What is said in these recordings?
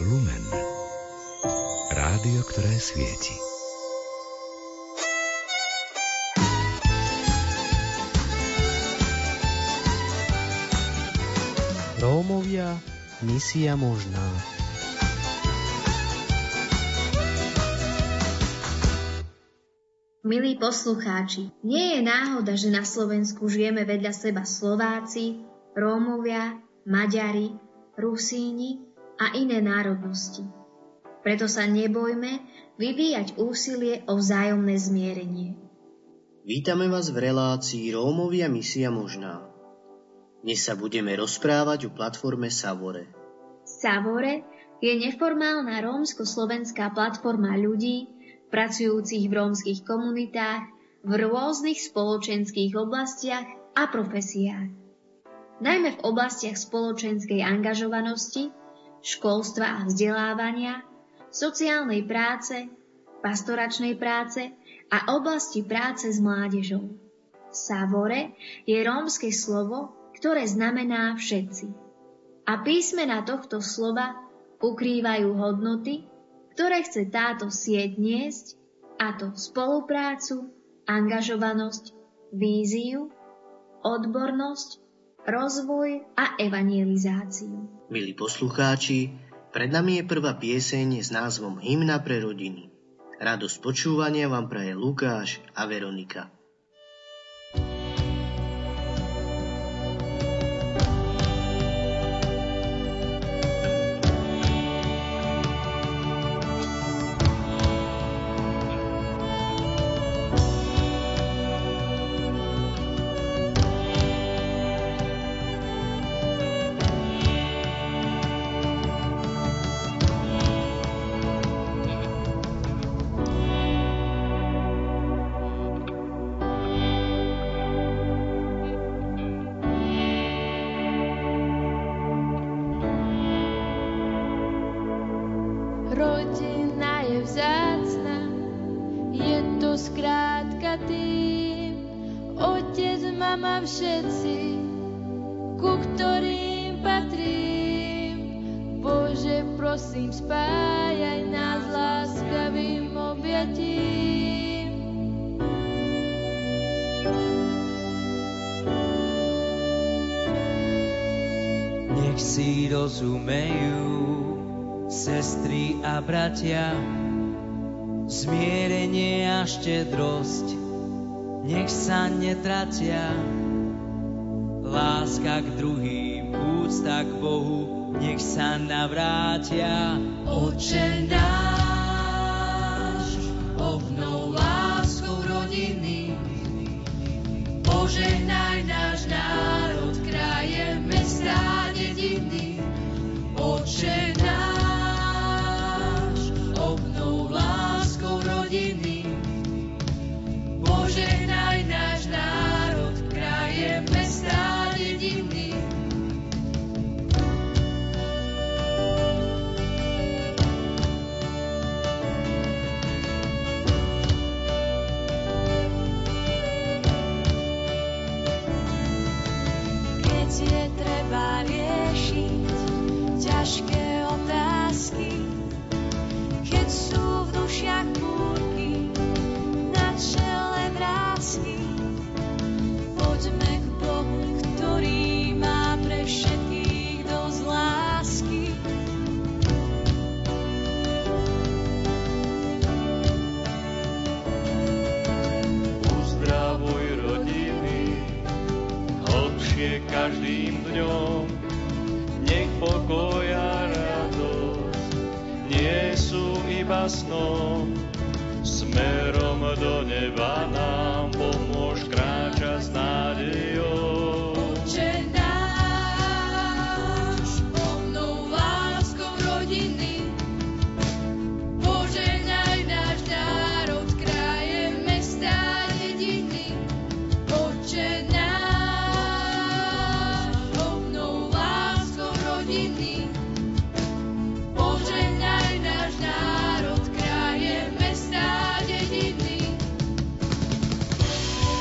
Lumen. Rádio, ktoré svieti. Rómovia, misia možná. Milí poslucháči, nie je náhoda, že na Slovensku žijeme vedľa seba Slováci, Rómovia, Maďari, Rusíni a iné národnosti. Preto sa nebojme vyvíjať úsilie o vzájomné zmierenie. Vítame vás v relácii Rómovia, misia možná. Dnes sa budeme rozprávať o platforme Savore. Savore je neformálna rómsko-slovenská platforma ľudí, pracujúcich v rómskych komunitách v rôznych spoločenských oblastiach a profesiách. Najmä v oblastiach spoločenskej angažovanosti, školstva a vzdelávania, sociálnej práce, pastoračnej práce a oblasti práce s mládežou. Savore je rómske slovo, ktoré znamená všetci. A písmená tohto slova ukrývajú hodnoty, ktoré chce táto sieť niesť, a to spoluprácu, angažovanosť, víziu, odbornosť, rozvoj a evangelizáciu. Milí poslucháči, pred nami je prvá pieseň s názvom Hymna pre rodiny. Radosť počúvania vám praje Lukáš a Veronika. Rodina je vzácna, je to skrátka tým, otec, mama, všetci, ku ktorým patrím. Bože, prosím, spájaj nás láskavým objatím. Nech si rozumejú sestry a bratia, zmierenie a štedrosť nech sa netratia. Láska k druhým, úcta k Bohu nech sa navrátia. Otče náš, obnov láskou rodiny, požehnaj náš národ, kraje, mestá, dediny. Otče náš, požehnaj náš národ, kraje, mestá, dediny. Keď je treba riešiť ťažké otázky, keď sú v dušiach búrky, na čele vrásky, poďme k Bohu, ktorý má pre všetkých dosť lásky. Uzdravuj rodiny, hlbšie každým dňom, nech pokoj a radosť nie sú iba snom. Smerom do neba nám pomôž kráčať s nádejou. Otče náš, obnov láskou rodiny, požehnaj náš národ, kraje, mestá, dediny. Otče náš, obnov láskou rodiny, požehnaj náš národ, kraje, mestá, dediny.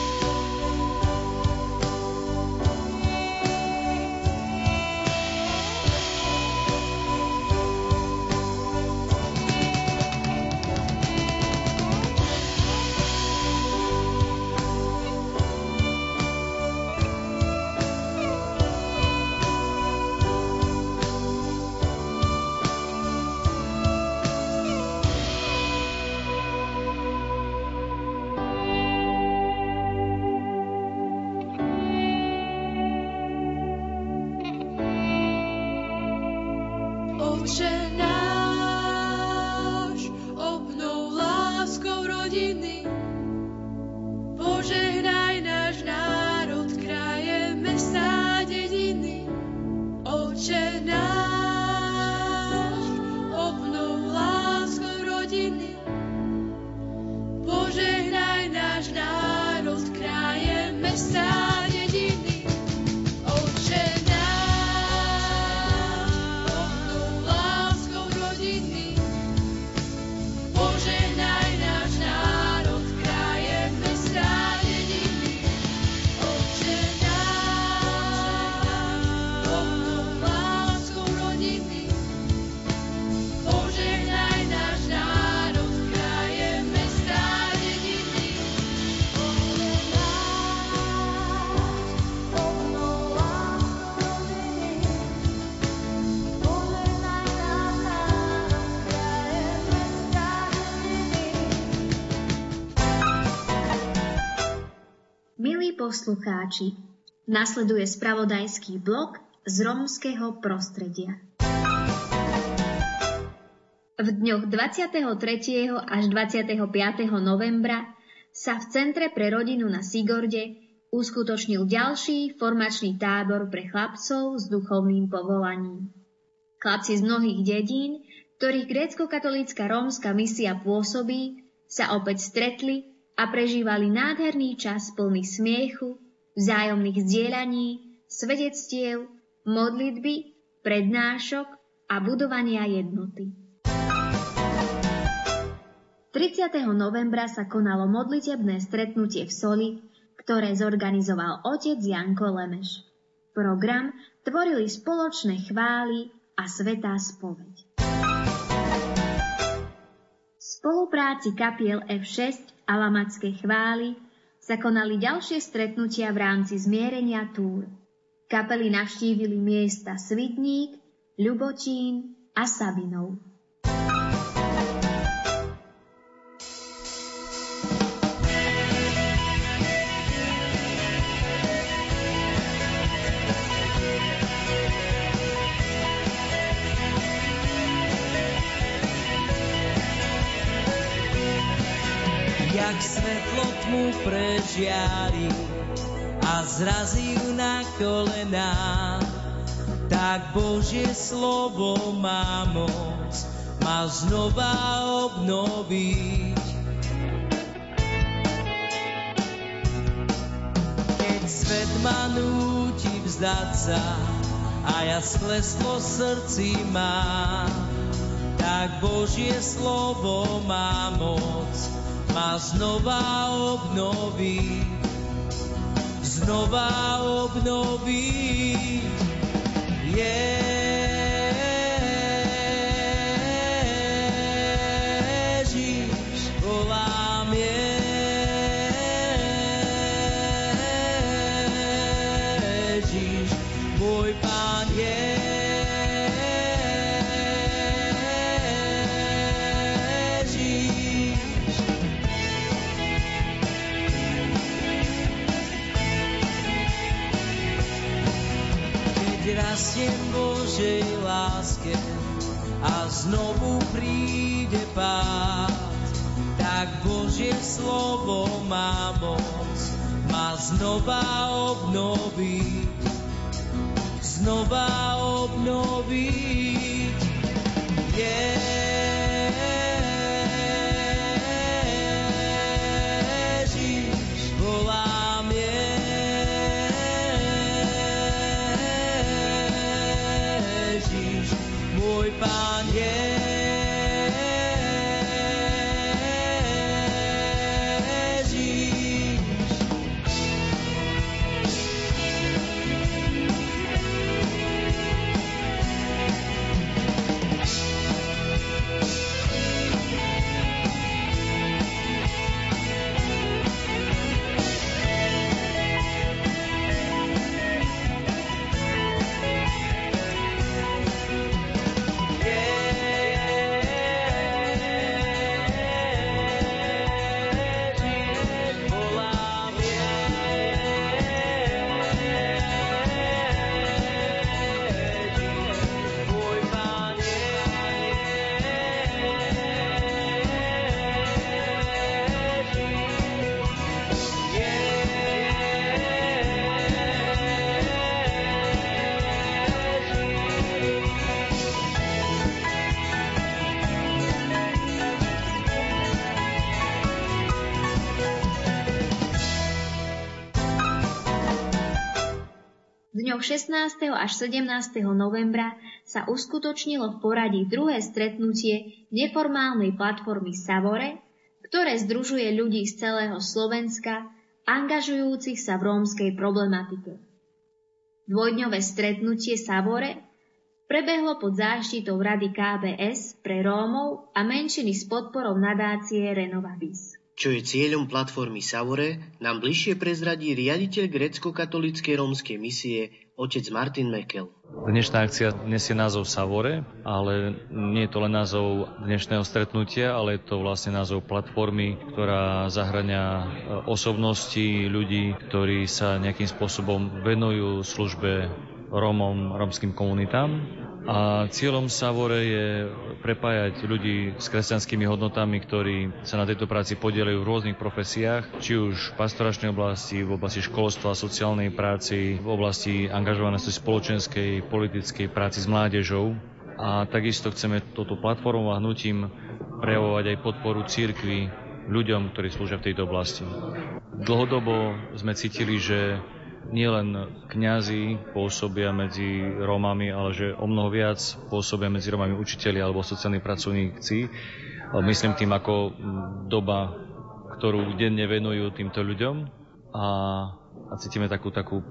Otče náš, obnov láskou rodiny, požehnaj náš národ, kraje, mestá, dediny. Otče náš, obnov láskou rodiny, požehnaj náš národ, kraje, mestá, dediny. Otče náš, obnov láskou rodiny, požehnaj náš národ, kraje, mestá, dediny. Otče náš, obnov láskou rodiny, požehnaj náš národ, kraje, mestá, dediny. Otče náš, obnov láskou rodiny, požehnaj náš národ, kraje, mestá, dediny. Milí poslucháči, nasleduje spravodajský blok z rómskeho prostredia. V dňoch 23. až 25. novembra sa v Centre pre rodinu na Sigorde uskutočnil ďalší formačný tábor pre chlapcov s duchovným povolaním. Chlapci z mnohých dedín, ktorých grécko-katolícka rómska misia pôsobí, sa opäť stretli a prežívali nádherný čas plný smiechu, vzájomných zdieľaní, svedectiev, modlitby, prednášok a budovania jednoty. 30. novembra sa konalo modlitebné stretnutie v Soli, ktoré zorganizoval otec Janko Lemeš. Program tvorili spoločné chvály a svätá spoveď. V spolupráci kapiel F6 a Lamatské chvály sa konali ďalšie stretnutia v rámci zmierenia túr. Kapely navštívili miesta Svidník, Ľubočín a Sabinov. Jak svetlo tmu prežiari a zrazí ju na kolená, tak Božie slovo má moc ma znova obnoviť. Keď svet ma núti vzdať sa a ja skleslo srdci má, tak Božie slovo má moc ma znova obnoviť, znova obnoviť. Ježiš, volám Ježiš, môj Pán rastiem Božej láske a znovu príde pád, tak Božie slovo má moc ma znova obnoviť, znova obnoviť. Ježiš, volám môj Pán Ježiš. dňoch 16. až 17. novembra sa uskutočnilo v poradí druhé stretnutie neformálnej platformy Savore, ktoré združuje ľudí z celého Slovenska, angažujúcich sa v rómskej problematike. Dvojdňové stretnutie Savore prebehlo pod záštitou Rady KBS pre Rómov a menšiny s podporou nadácie Renovabis. Čo je cieľom platformy Savore, nám bližšie prezradí riaditeľ grécko-katolíckej rómskej misie otec Martin Mekel. Dnešná akcia nesie názov Savore, ale nie je to len názov dnešného stretnutia, ale je to vlastne názov platformy, ktorá zahŕňa osobnosti ľudí, ktorí sa nejakým spôsobom venujú službe Rómom, rómskym komunitám. A cieľom Savore je prepájať ľudí s kresťanskými hodnotami, ktorí sa na tejto práci podieľajú v rôznych profesiách, či už v pastoračnej oblasti, v oblasti školstva, sociálnej práci, v oblasti angažovanosti spoločenskej, politickej práci s mládežou. A takisto chceme touto platformou a hnutím prejavovať aj podporu cirkvi ľuďom, ktorí slúžia v tejto oblasti. Dlhodobo sme cítili, že nielen kňazi pôsobia medzi Rómami, ale že o mnoho viac pôsobia medzi Rómami učitelia alebo sociálni pracovníci. Myslím tým ako doba, ktorú denne venujú týmto ľuďom a cítime takú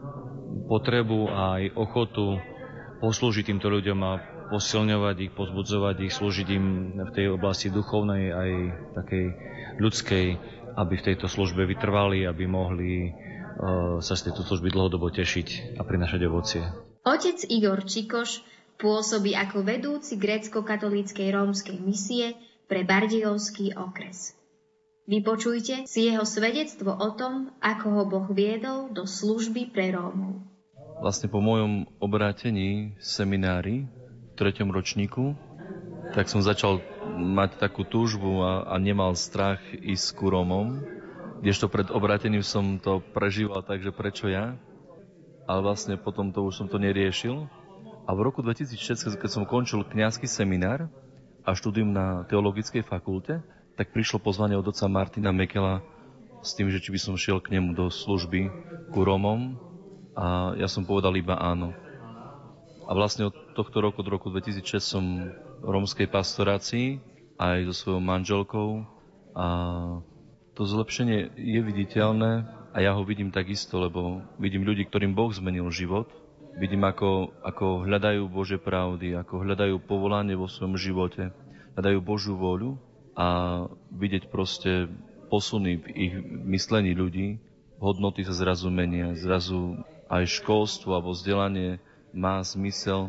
potrebu a aj ochotu poslúžiť týmto ľuďom a posilňovať ich, pozbudzovať ich, slúžiť im v tej oblasti duchovnej aj takej ľudskej, aby v tejto službe vytrvali, aby mohli sa z tejto služby dlhodobo tešiť a prinášať ovocie. Otec Igor Čikoš pôsobí ako vedúci grécko-katolíckej rómskej misie pre Bardejovský okres. Vypočujte si jeho svedectvo o tom, ako ho Boh viedol do služby pre Rómov. Vlastne po mojom obrátení v seminári v 3. ročníku, tak som začal mať takú túžbu a nemal strach ísť ku Rómom. Kdežto pred obrátením som to prežíval tak, že prečo ja, ale vlastne potom to už som to neriešil. A v roku 2006, keď som končil kňazský seminár a štúdium na teologickej fakulte, tak prišlo pozvanie od otca Martina Mekela s tým, že či by som šiel k nemu do služby ku Rómom a ja som povedal iba áno. A vlastne od tohto roku, od roku 2006 som v rómskej pastorácii aj so svojou manželkou a to zlepšenie je viditeľné a ja ho vidím takisto, lebo vidím ľudí, ktorým Boh zmenil život. Vidím, ako hľadajú Božie pravdy, ako hľadajú povolanie vo svojom živote, hľadajú Božiu vôľu a vidieť proste posuny v ich myslení ľudí. Hodnoty sa zrazu menia, zrazu aj školstvo alebo vzdelanie má zmysel.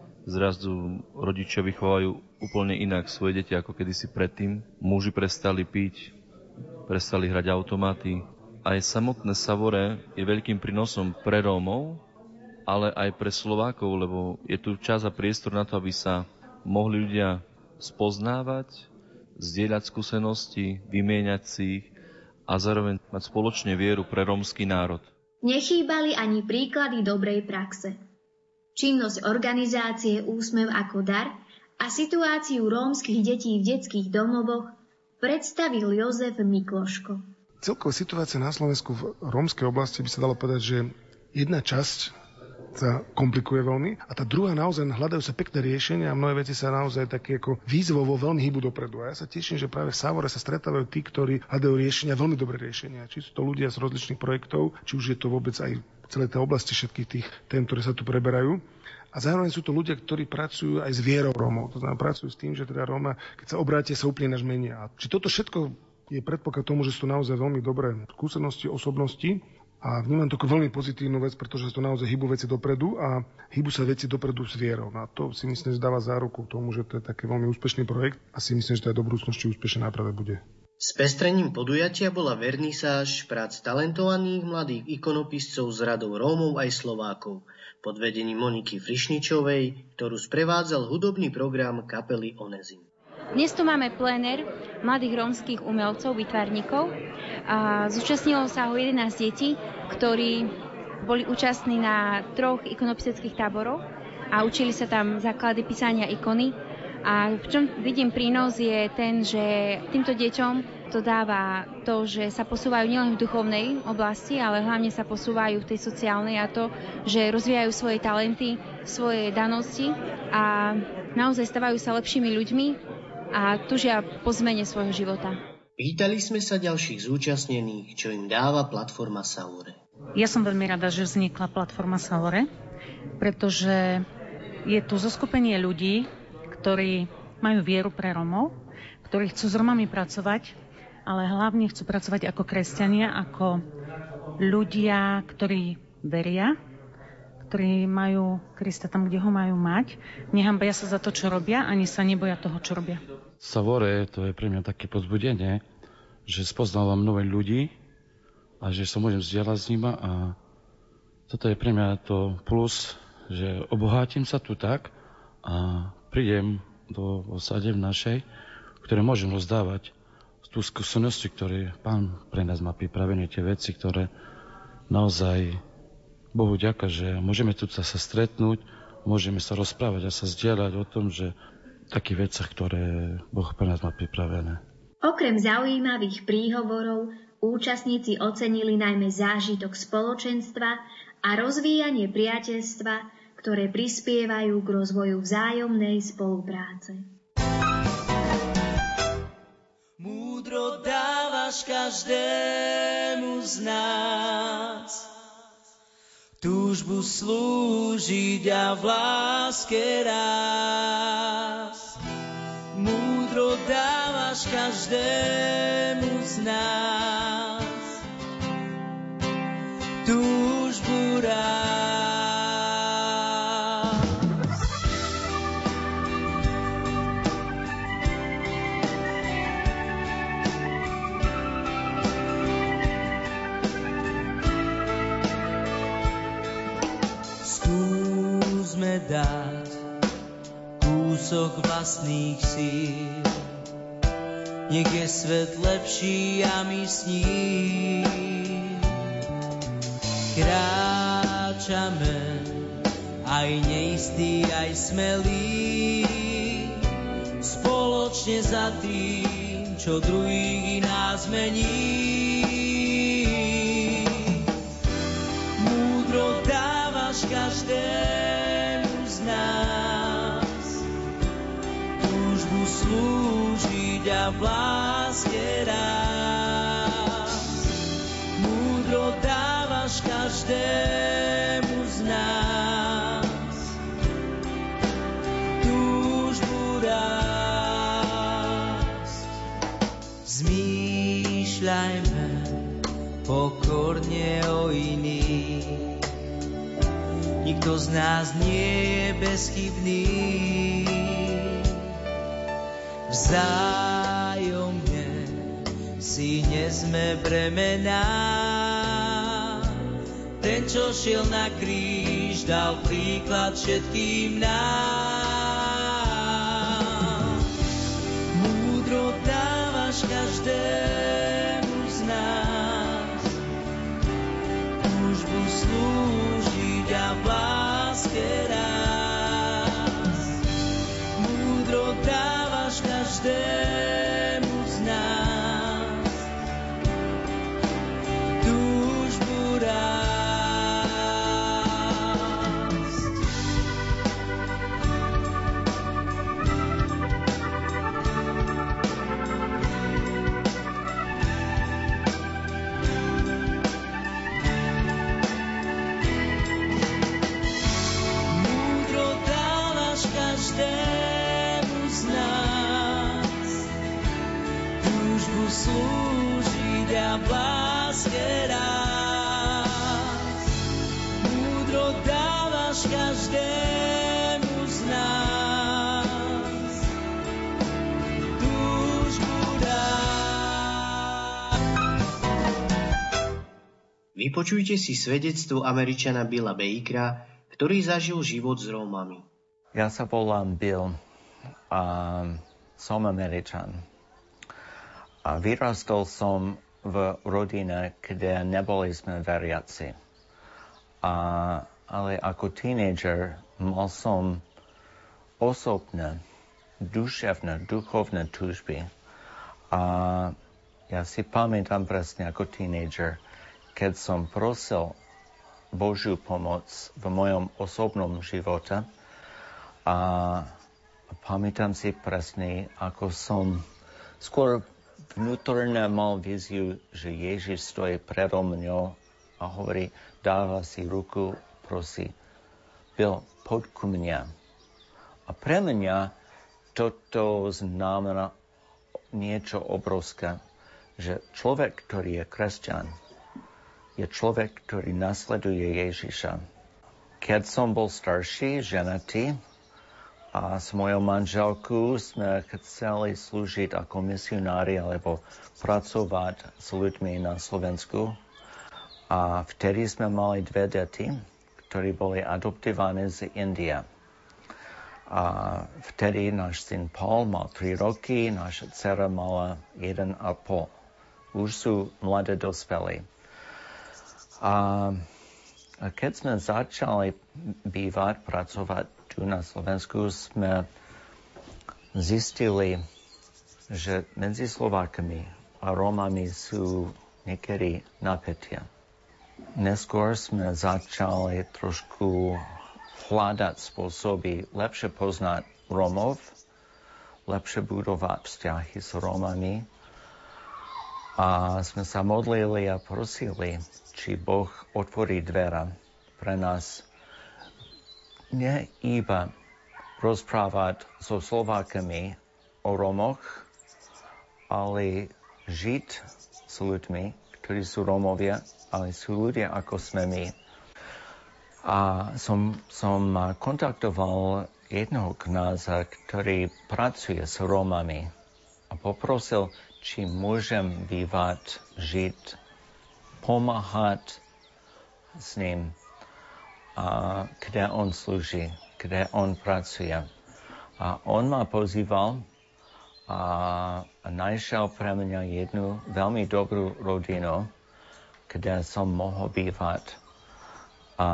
Zrazu rodičia vychovajú úplne inak svoje deti ako kedysi predtým. Muži prestali piť, prestali hrať automaty. Aj samotné Savore je veľkým prínosom pre Rómov, ale aj pre Slovákov, lebo je tu čas a priestor na to, aby sa mohli ľudia spoznávať, zdieľať skúsenosti, vymieňať si ich a zároveň mať spoločne vieru pre rómsky národ. Nechýbali ani príklady dobrej praxe. Činnosť organizácie Úsmev ako dar a situáciu rómskych detí v detských domovoch predstavil Jozef Mikloško. Celková situácia na Slovensku v rómskej oblasti by sa dalo povedať, že jedna časť sa komplikuje veľmi a tá druhá naozaj hľadajú sa pekné riešenia a mnohé veci sa naozaj také ako výzvovo veľmi hýbu dopredu. A ja sa teším, že práve v Savore sa stretávajú tí, ktorí hľadajú riešenia, veľmi dobré riešenia. Či sú to ľudia z rozličných projektov, či už je to vôbec aj celé tej oblasti všetkých tých tém, ktoré sa tu preberajú. A zároveň sú to ľudia, ktorí pracujú aj s vierou Rómov. To znamená, pracujú s tým, že teda Róma, keď sa obrátia, sa úplne naž menia. A či toto všetko je predpoklad tomu, že sú naozaj veľmi dobré skúsenosti, osobnosti. A vnímam to ako veľmi pozitívnu vec, pretože sa to naozaj hýbu veci dopredu a hýbu sa veci dopredu s vierou. A to si myslím, že dáva záruku tomu, že to je taký veľmi úspešný projekt a si myslím, že to aj do budúcnosti úspešne náprave bude. S pestrením podujatia bola vernisáž prác talentovaných mladých ikonopiscov z radov Rómov aj Slovákov pod vedením Moniky Frišničovej, ktorú sprevádzal hudobný program kapely Onezim. Dnes tu máme pléner mladých rómskych umelcov, výtvarníkov. A zúčastnilo sa ho 11 detí, ktorí boli účastní na 3 ikonopiseckých táboroch a učili sa tam základy písania ikony. A v čom vidím prínos je ten, že týmto deťom, to dáva to, že sa posúvajú nielen v duchovnej oblasti, ale hlavne sa posúvajú v tej sociálnej a to, že rozvíjajú svoje talenty, svoje danosti a naozaj stávajú sa lepšími ľuďmi a túžia po zmene svojho života. Pýtali sme sa ďalších zúčastnených, čo im dáva platforma Saore. Ja som veľmi rada, že vznikla platforma Saore, pretože je tu zoskupenie ľudí, ktorí majú vieru pre Romov, ktorí chcú s Romami pracovať, ale hlavne chcú pracovať ako kresťania, ako ľudia, ktorí veria, ktorí majú Krista tam, kde ho majú mať. Nehanbia sa za to, čo robia, ani sa neboja toho, čo robia. Saore, to je pre mňa také povzbudenie, že spoznávam nové ľudí a že sa môžem zdieľať s nimi a toto je pre mňa to plus, že obohatím sa tu tak a prídem do osade v našej, ktoré môžem rozdávať tú skúsenosti, ktoré Pán pre nás má pripravené, tie veci, ktoré naozaj Bohu ďaká, že môžeme tu sa stretnúť, môžeme sa rozprávať a sa zdieľať o tom, že takých veciach, ktoré Boh pre nás má pripravené. Okrem zaujímavých príhovorov účastníci ocenili najmä zážitok spoločenstva a rozvíjanie priateľstva, ktoré prispievajú k rozvoju vzájomnej spolupráce. Múdro dávaš každému z nás túžbu slúžiť a v láske rásť. Múdro dávaš každému z nás túžbu rásť. Dať kúsok vlastných síl. Nech je svet lepší a my s ním kráčame, aj neistý, aj smelý, spoločne za tým, čo druhých nás mení. Múdro dávaš každému nás túžbu slúžiť a v láske rásť. Múdro dávaš každému z nás túžbu rásť. Zmýšľajme pokorne o iných. Nikto z nás nie je bezchybný. Vzájomne si nesme bremená. Ten, čo šiel na kríž, dal príklad všetkým nám. Múdro dávaš každému z nás túžbu slúžiť a v láske rásť. Múdro dávaš každému z nás túžbu rásť. Každému z nás túžbu slúžiť a v láske rásť. Múdro dávaš každému z nás túžbu rásť. Vypočujte si svedectvo Američana Billa Bakera, ktorý zažil život s Rómami. Ja sa volám Bill a som Američan. A vyrastol som v rodine, kde neboli sme veriaci. Ale ako teenager mal som osobné, duševné, duchovné túžby. A Ja si pamätám presne ako teenager, keď som prosil Božiu pomoc v mojom osobnom živote a pamätám si presne, ako som skôr vnútorne mal víziu, že Ježiš stojí predo mňou a hovorí, dáva si ruku, prosí, Bill, poď ku mňa. A pre mňa toto znamená niečo obrovské, že človek, ktorý je kresťan, je človek, ktorý nasleduje Ježiša. Keď som bol starší, ženatý, a s mojou manželkou sme chceli slúžiť ako misionári alebo pracovať s ľuďmi na Slovensku. A vtedy sme mali 2 deti, ktorí boli adoptované z Indie. A vtedy náš syn Paul mal 3 roky, naša dcera mala 1,5. Už sú mladé dospelí. A keď sme začali bývať, pracovať tu na Slovensku, sme zistili, že medzi Slovákmi a Rómami sú niekedy napätia. Neskôr sme začali trošku hľadať spôsoby lepšie poznať Rómov, lepšie budovať vzťahy s Rómami. A sme sa modlili a prosili, či Boh otvorí dvere pre nás. Nie iba rozprávať so Slovákami o Rómoch, ale žiť s ľuďmi, ktorí sú Rómovia, ale sú ľudia ako sme my. A som kontaktoval jednoho kňaza, ktorý pracuje s Rómami a poprosil, či môžem bývať, žiť, pomáhať s ním, a kde on slúži, kde on pracuje. A on ma pozýval a našiel pre mňa jednu veľmi dobrú rodinu, kde som mohol bývať. A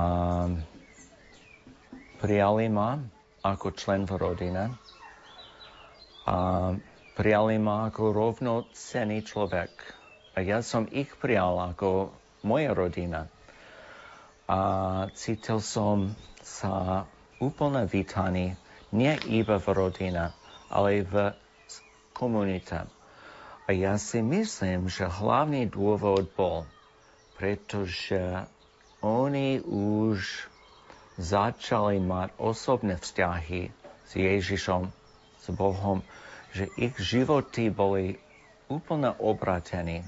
prijali ma ako člen v rodine a prijali ma ako rovnocenný človek. A ja som ich prijal ako moja rodina. A cítil som sa úplne vítaný, nie iba v rodine, ale v komunite. A ja si myslím, že hlavný dôvod bol, pretože oni už začali mať osobné vzťahy s Ježišom, s Bohom, že ich životy boli úplne obratení,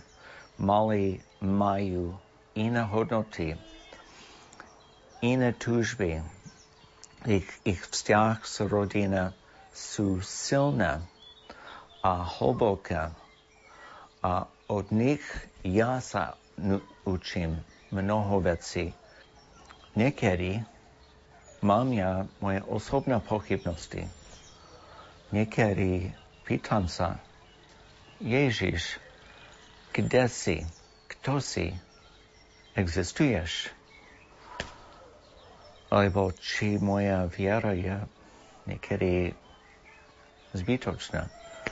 majú iné hodnoty, iné túžby. Ich vzťah s rodinou sú silné a hlboké. A od nich ja sa učím mnoho vecí. Niekedy mám ja moje osobné pochybnosti. Niekedy pýtam sa, Ježiš, kde si? Kto si? Existuješ? Alebo či moja viera je niekedy zbytočná.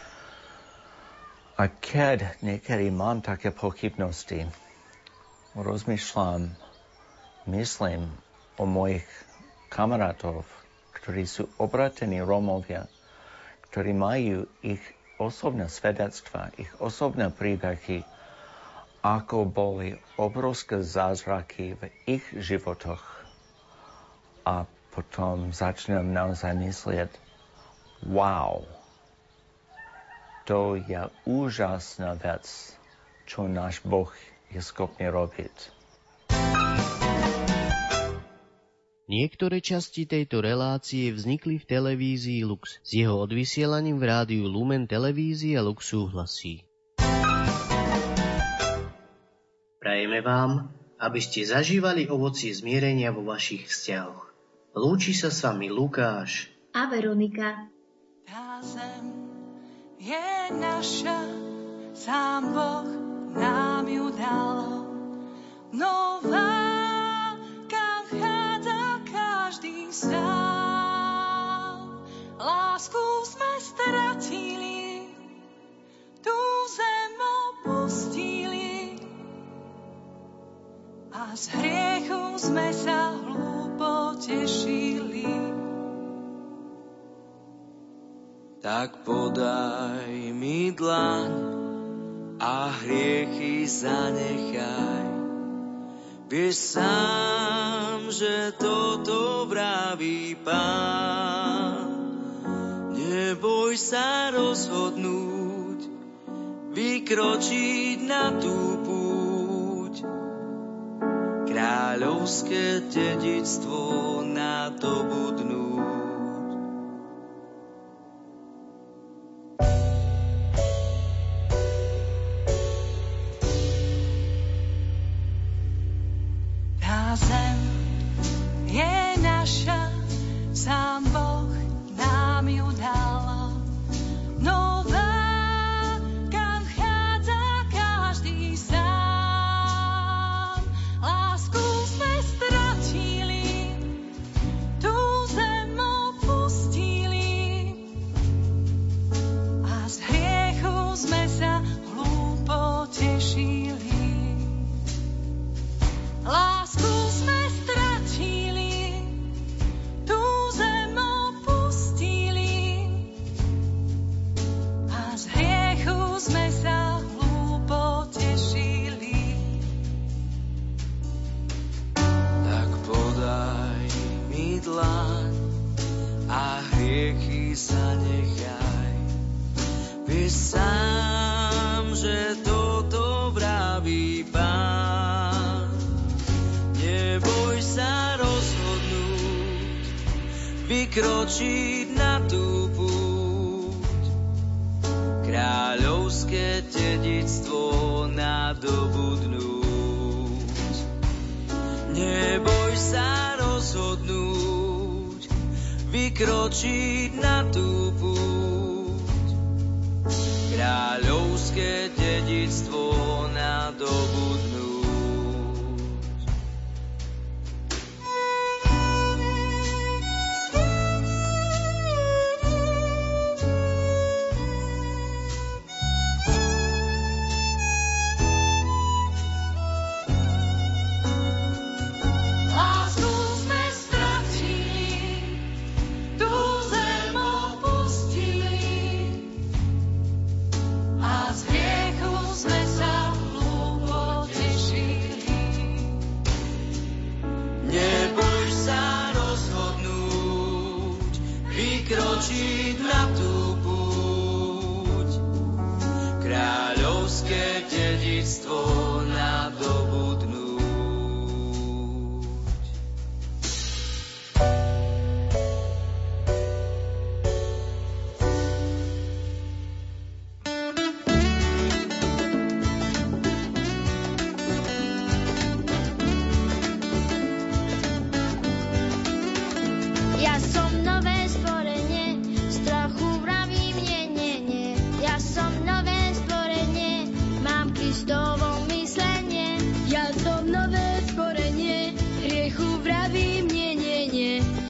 A keď niekedy mám také pochybnosti, rozmýšľam, myslím o mojich kamarátov, ktorí sú obratení Rómovia, ktorí majú ich osobné svedectva, ich osobné príbehy, ako boli obrovské zázraky v ich životoch. A potom začnem naozaj myslieť, wow, to je úžasná vec, čo náš Boh je schopný robiť. Niektoré časti tejto relácie vznikli v televízii Lux. S jeho odvysielaním v rádiu Lumen televízia Lux súhlasí. Prajeme vám, aby ste zažívali ovocie zmierenia vo vašich vzťahoch. Lúči sa s vami Lukáš a Veronika. Tá zem je naša, sám Boh nám ju dal. Nová, kam vchádza každý sám. Lásku sme stratili, tú zem opustili. z hriechu sme sa hlúpo tešili. Tak podaj mi dlaň a hriechy zanechaj. Vieš sám, že toto vraví Pán. Neboj sa rozhodnúť, vykročiť na tú púť. Kráľovské dedičstvo nadobudnúť. Tá zem je naša, sám Boh nám ju dal. Nová, kam vchádza každý sám. Lásku sme stratili, tú zem opustili a z hriechu sme sa hlúpo tešili. Lásku sme stratili, tú zem opustili a z hriechu sme sa hlúpo tešili. Tak podaj mi dlaň a hriechy zanechaj. Vieš sám, že toto vraví Pán. Neboj sa rozhodnúť, vykročiť na tú púť. Kráľovské dedičstvo nadobudnúť. Neboj sa rozhodnúť, vykročiť na tú púť. Kráľovské dedičstvo nadobudnúť. Lásku sme stratili, tú zem opustili a z hriechu sme sa hlúpo tešili. Neboj sa rozhodnúť, vykročiť na tú púť. Kráľovské dedičstvo nadobudnúť. Ja som